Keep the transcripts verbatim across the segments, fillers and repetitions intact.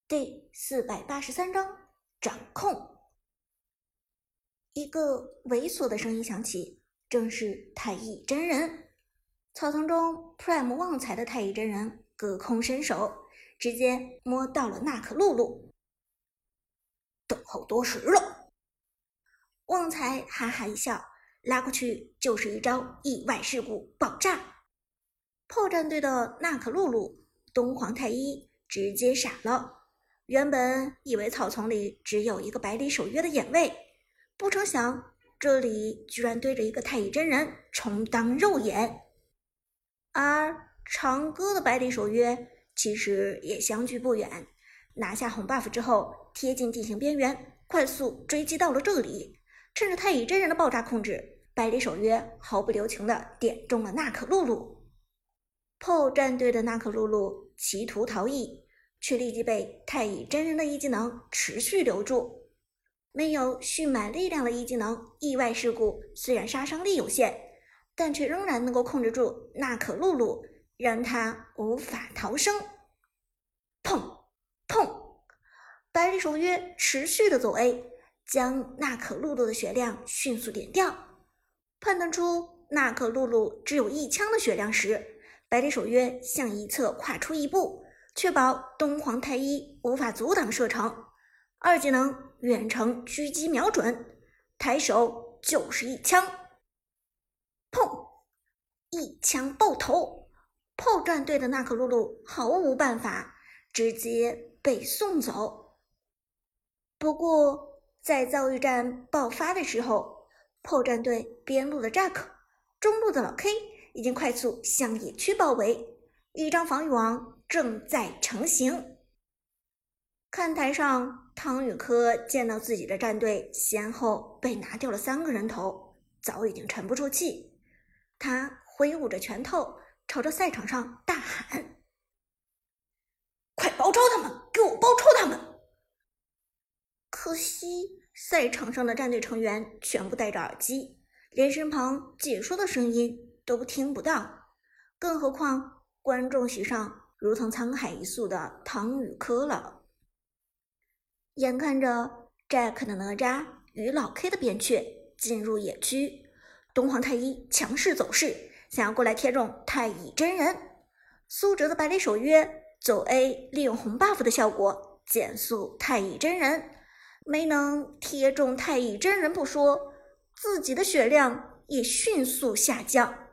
第四百八十三章掌控。一个猥琐的声音响起，正是太乙真人。草丛中 Prime 旺财的太乙真人隔空伸手，直接摸到了娜可露露。 等候多时了。 旺财哈哈一笑，拉过去就是一招意外事故爆炸。炮战队的娜可露露、东皇太一直接傻了。原本以为草丛里只有一个百里守约的眼位，不成想这里居然对着一个太乙真人充当肉眼。而长歌的百里守约其实也相距不远，拿下红 buff 之后贴近地形边缘，快速追击到了这里。趁着太乙真人的爆炸控制，百里守约毫不留情地点中了娜可露露。炮战队的娜可露露企图逃逸，却立即被太乙真人的一技能持续留住。没有蓄满力量的一技能意外事故虽然杀伤力有限，但却仍然能够控制住娜可露露，让她无法逃生。砰砰，百里守约持续的走 A， 将娜可露露的血量迅速点掉。判断出娜可露露只有一枪的血量时，百里守约向一侧跨出一步，确保东皇太一无法阻挡射程。二技能远程狙击瞄准，抬手就是一枪。砰！一枪爆头，炮战队的娜可露露毫无办法，直接被送走。不过在遭遇战爆发的时候，炮战队边路的 Jack， 中路的老 K 已经快速向野区包围，一张防御网正在成型。看台上，汤宇科见到自己的战队先后被拿掉了三个人头，早已经沉不住气。他挥舞着拳头，朝着赛场上大喊： 快包抄他们，给我包抄他们！ 可惜赛场上的战队成员全部戴着耳机，连身旁解说的声音都听不到，更何况观众席上如同沧海一粟的汤宇科了。眼看着 Jack 的哪吒与老 K 的扁鹊进入野区，东皇太一强势走势，想要过来贴中太乙真人。苏哲的百里守约走 A， 利用红 buff 的效果减速太乙真人，没能贴中太乙真人不说，自己的血量也迅速下降。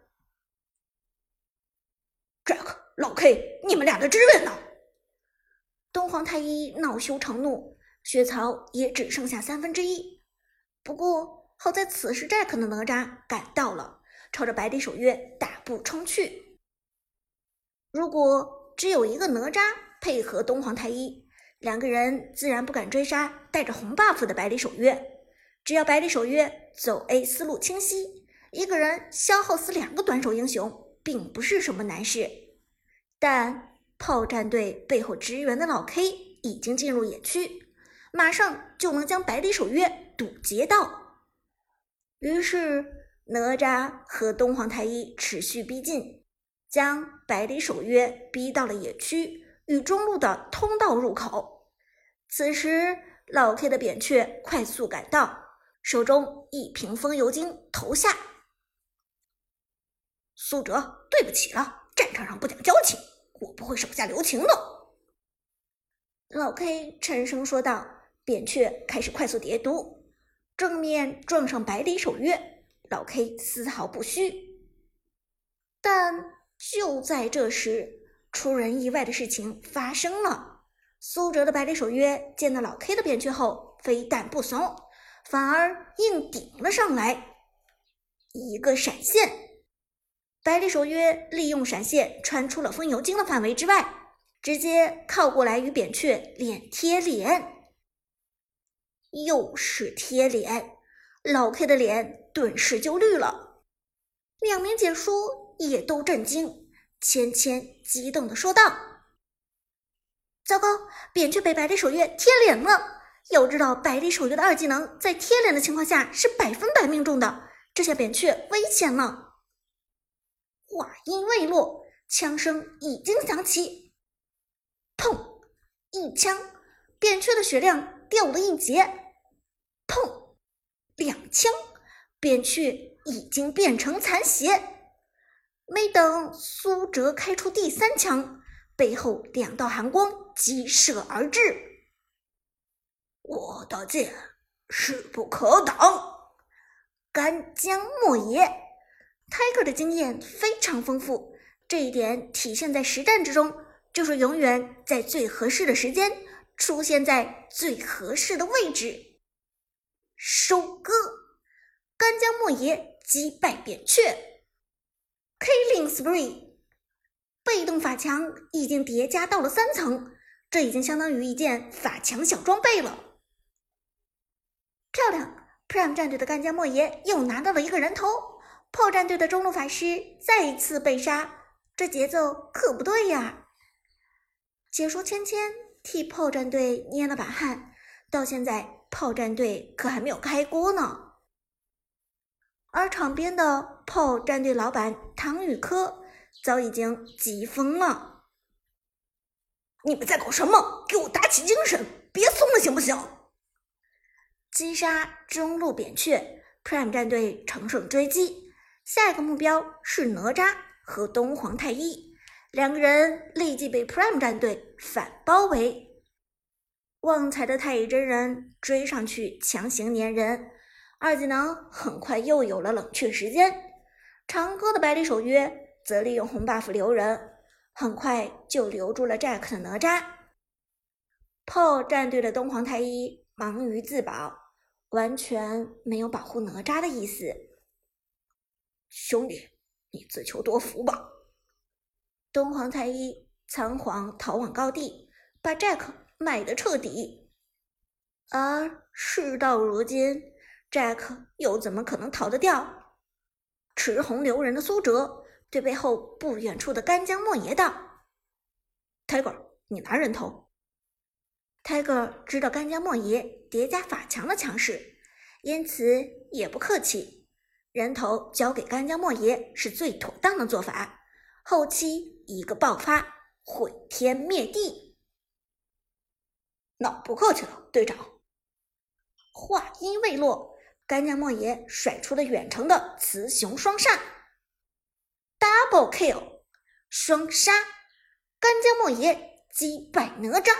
Jack， 老 K， 你们俩的支援呢？ 东皇太一恼羞成怒，血槽也只剩下三分之一。不过好在此时 Jack 的哪吒赶到了，朝着百里守约大步冲去。如果只有一个哪吒配合东皇太一，两个人自然不敢追杀带着红 buff 的百里守约。只要百里守约走 A 思路清晰，一个人消耗死两个短手英雄并不是什么难事。但炮战队背后支援的老 K 已经进入野区，马上就能将百里守约堵截到。于是哪吒和东皇太一持续逼近，将百里守约逼到了野区与中路的通道入口。此时老 K 的扁鹊快速赶到，手中一瓶风油精投下。 苏哲，对不起了，战场上不讲交情，我不会手下留情的。 老 K 沉声说道，扁鹊开始快速叠毒，正面撞上百里守约，老 K 丝毫不虚。但就在这时，出人意外的事情发生了。苏哲的百里守约见到老 K 的扁鹊后，非但不怂，反而硬顶了上来。一个闪现，百里守约利用闪现穿出了风油精的范围之外，直接靠过来与扁鹊脸贴脸。又是贴脸，老 K 的脸顿时就绿了。两名解说也都震惊，芊芊激动地说道：糟糕，扁鹊被百里守约贴脸了！要知道百里守约的二技能在贴脸的情况下是百分百命中的，这下扁鹊危险了。话音未落，枪声已经响起，砰！一枪扁鹊的血量掉了一截。砰！两枪，扁鹊已经变成残血。没等苏哲开出第三枪，背后两道寒光激射而至。 我的剑势不可挡， 干将莫邪。Tiger 的经验非常丰富，这一点体现在实战之中，就是永远在最合适的时间出现在最合适的位置。收割，干将莫邪击败扁鹊。Killing Spree， 被动法强已经叠加到了三层，这已经相当于一件法强小装备了。漂亮 ，Prime 战队的干将莫邪又拿到了一个人头，炮战队的中路法师再一次被杀，这节奏可不对呀。解说芊芊替炮战队捏了把汗，到现在炮战队可还没有开锅呢。而场边的炮战队老板唐雨科早已经急疯了。 你们在搞什么？给我打起精神，别怂了行不行？ 击杀中路扁鹊 ，Prime 战队乘胜追击，下一个目标是哪吒和东皇太一，两个人立即被 Prime 战队反包围。旺财的太乙真人追上去强行粘人，二技能很快又有了冷却时间。长歌的百里守约则利用红 buff 留人，很快就留住了 Jack 的哪吒。炮战队的东皇太一忙于自保，完全没有保护哪吒的意思。 兄弟，你自求多福吧。 东皇太一仓皇逃往高地，把 Jack 卖得彻底。而事到如今 ，Jack 又怎么可能逃得掉？持红留人的苏哲对背后不远处的干将莫邪道 ：“Tiger， 你拿人头。” Tiger 知道干将莫邪叠加法强的强势，因此也不客气，人头交给干将莫邪是最妥当的做法。后期一个爆发，毁天灭地。 那不客气了，队长。 话音未落，干将莫邪甩出了远程的雌雄双杀 ，Double Kill， 双杀，干将莫邪击败哪吒。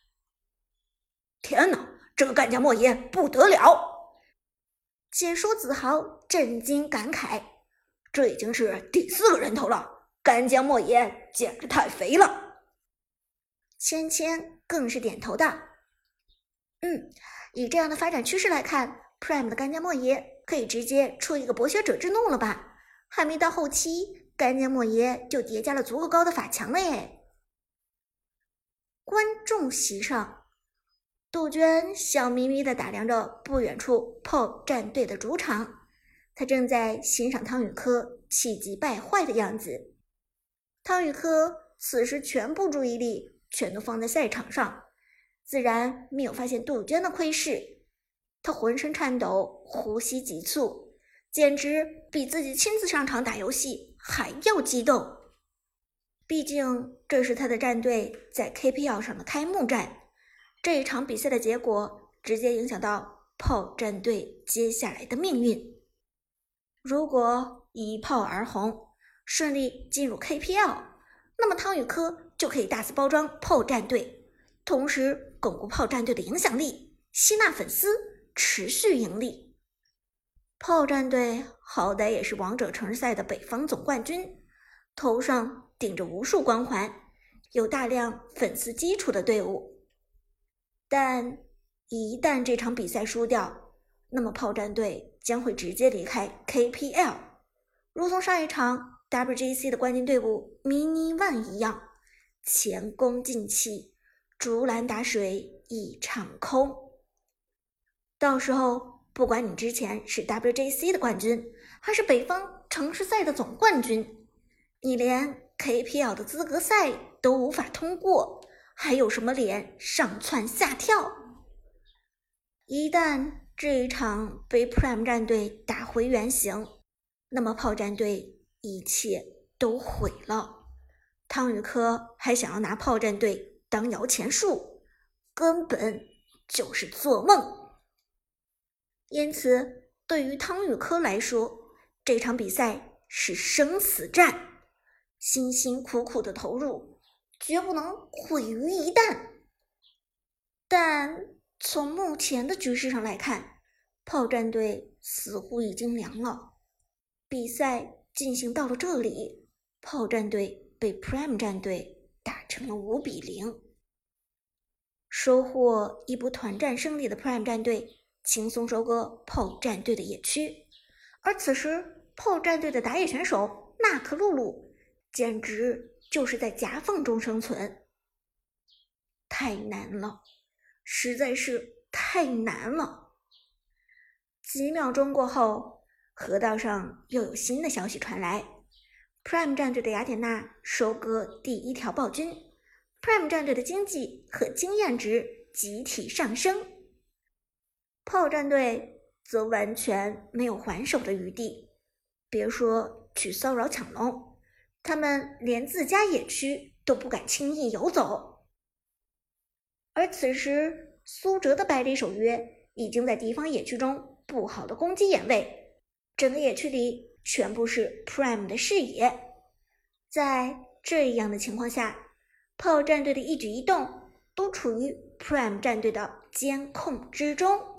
天哪，这个干将莫邪不得了！ 解说子豪震惊感慨， 这已经是第四个人头了，干将莫邪简直太肥了。 芊芊更是点头道：“嗯，以这样的发展趋势来看 ，Prime 的干将莫邪可以直接出一个博学者之怒了吧？还没到后期，干将莫邪就叠加了足够高的法强了耶！”观众席上。杜鹃笑眯眯地打量着不远处炮战队的主场，他正在欣赏汤雨科气急败坏的样子。汤雨科此时全部注意力全都放在赛场上，自然没有发现杜鹃的窥视。他浑身颤抖，呼吸急促，简直比自己亲自上场打游戏还要激动。毕竟这是他的战队在 K P L 上的开幕战。这一场比赛的结果直接影响到炮战队接下来的命运。如果一炮而红，顺利进入 K P L， 那么汤雨科就可以大肆包装炮战队，同时巩固炮战队的影响力，吸纳粉丝，持续盈利。炮战队好歹也是王者城市赛的北方总冠军，头上顶着无数光环，有大量粉丝基础的队伍。但一旦这场比赛输掉，那么炮战队将会直接离开 K P L， 如同上一场 W G C 的冠军队伍 Mini One 一样，前功尽弃，竹篮打水一场空。到时候不管你之前是 W G C 的冠军，还是北方城市赛的总冠军，你连 K P L 的资格赛都无法通过，还有什么脸上蹿下跳？一旦这一场被 Prime 战队打回原形，那么炮战队一切都毁了。汤雨科还想要拿炮战队当摇钱树， 根本就是做梦。因此，对于汤玉科来说，这场比赛是生死战，辛辛苦苦的投入绝不能毁于一旦。但从目前的局势上来看，炮战队似乎已经凉了。比赛进行到了这里，炮战队被 Prime 战队打成了五比零。收获一波团战胜利的 Prime 战队轻松收割炮战队的野区，而此时炮战队的打野选手纳克露露简直就是在夹缝中生存。太难了，实在是太难了。几秒钟过后，河道上又有新的消息传来， Prime 战队的雅典娜收割第一条暴君， Prime 战队的经济和经验值集体上升。炮战队则完全没有还手的余地，别说去骚扰抢龙，他们连自家野区都不敢轻易游走。而此时苏哲的百里守约已经在敌方野区中布好了攻击眼位，整个野区里全部是 Prime 的视野。在这样的情况下，炮战队的一举一动都处于 Prime 战队的监控之中。